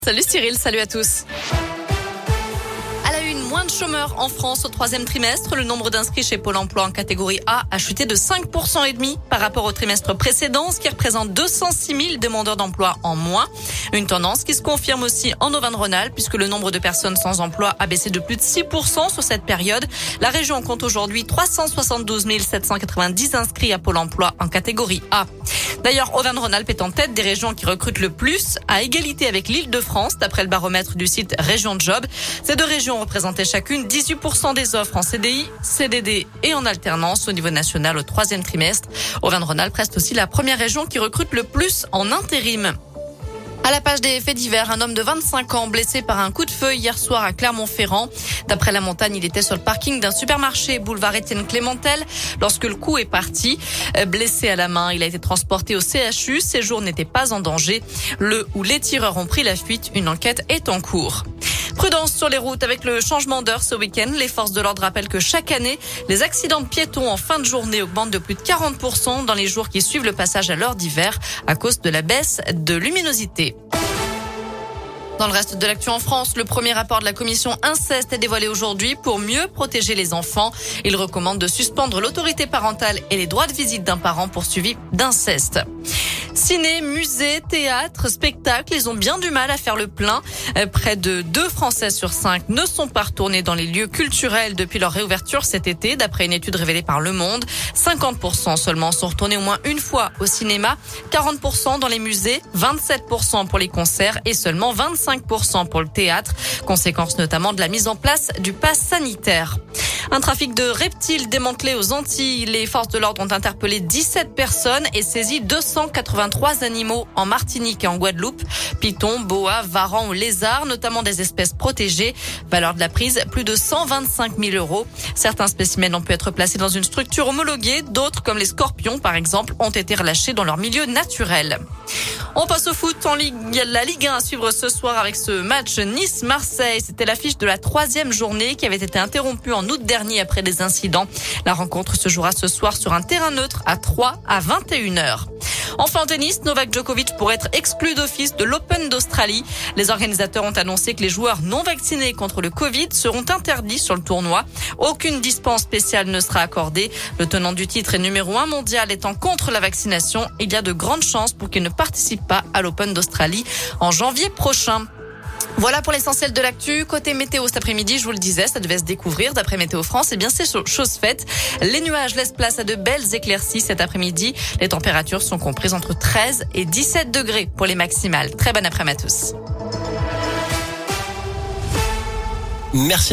Salut Cyril, salut à tous. À la une, moins de chômeurs en France au troisième trimestre. Le nombre d'inscrits chez Pôle emploi en catégorie A a chuté de 5,5% par rapport au trimestre précédent, ce qui représente 206 000 demandeurs d'emploi en moins. Une tendance qui se confirme aussi en Auvergne-Rhône-Alpes puisque le nombre de personnes sans emploi a baissé de plus de 6% sur cette période. La région compte aujourd'hui 372 790 inscrits à Pôle emploi en catégorie A. D'ailleurs, Auvergne-Rhône-Alpes est en tête des régions qui recrutent le plus, à égalité avec l'Île-de-France, d'après le baromètre du site Région Job. Ces deux régions représentaient chacune 18% des offres en CDI, CDD et en alternance au niveau national au troisième trimestre. Auvergne-Rhône-Alpes reste aussi la première région qui recrute le plus en intérim. À la page des faits divers, un homme de 25 ans blessé par un coup de feu hier soir à Clermont-Ferrand. D'après La Montagne, il était sur le parking d'un supermarché boulevard Étienne Clémentel lorsque le coup est parti. Blessé à la main, il a été transporté au CHU. Ses jours n'étaient pas en danger. Le ou les tireurs ont pris la fuite. Une enquête est en cours. Prudence sur les routes avec le changement d'heure ce week-end. Les forces de l'ordre rappellent que chaque année, les accidents de piétons en fin de journée augmentent de plus de 40% dans les jours qui suivent le passage à l'heure d'hiver à cause de la baisse de luminosité. Dans le reste de l'actu en France, le premier rapport de la commission inceste est dévoilé aujourd'hui pour mieux protéger les enfants. Il recommande de suspendre l'autorité parentale et les droits de visite d'un parent poursuivi d'inceste. Ciné, musée, théâtre, spectacle, ils ont bien du mal à faire le plein. Près de 2 Français sur 5 ne sont pas retournés dans les lieux culturels depuis leur réouverture cet été, d'après une étude révélée par Le Monde. 50% seulement sont retournés au moins une fois au cinéma, 40% dans les musées, 27% pour les concerts et seulement 25% pour le théâtre. Conséquence notamment de la mise en place du pass sanitaire. Un trafic de reptiles démantelé aux Antilles. Les forces de l'ordre ont interpellé 17 personnes et saisi 283 animaux en Martinique et en Guadeloupe. Pythons, boas, varans ou lézards, notamment des espèces protégées. Valeur de la prise, plus de 125 000 euros. Certains spécimens ont pu être placés dans une structure homologuée. D'autres, comme les scorpions par exemple, ont été relâchés dans leur milieu naturel. On passe au foot en Ligue. La Ligue 1 à suivre ce soir avec ce match Nice-Marseille. C'était l'affiche de la 3e journée qui avait été interrompue en août dernier après des incidents. La rencontre se jouera ce soir sur un terrain neutre à 3 à 21h. Enfin en tennis, Novak Djokovic pourrait être exclu d'office de l'Open d'Australie. Les organisateurs ont annoncé que les joueurs non vaccinés contre le Covid seront interdits sur le tournoi. Aucune dispense spéciale ne sera accordée. Le tenant du titre et numéro 1 mondial étant contre la vaccination, il y a de grandes chances pour qu'il ne participe pas à l'Open d'Australie en janvier prochain. Voilà pour l'essentiel de l'actu. Côté météo cet après-midi, je vous le disais, ça devait se découvrir d'après Météo France. Eh bien, c'est chose faite. Les nuages laissent place à de belles éclaircies cet après-midi. Les températures sont comprises entre 13 et 17 degrés pour les maximales. Très bon après-midi à tous. Merci.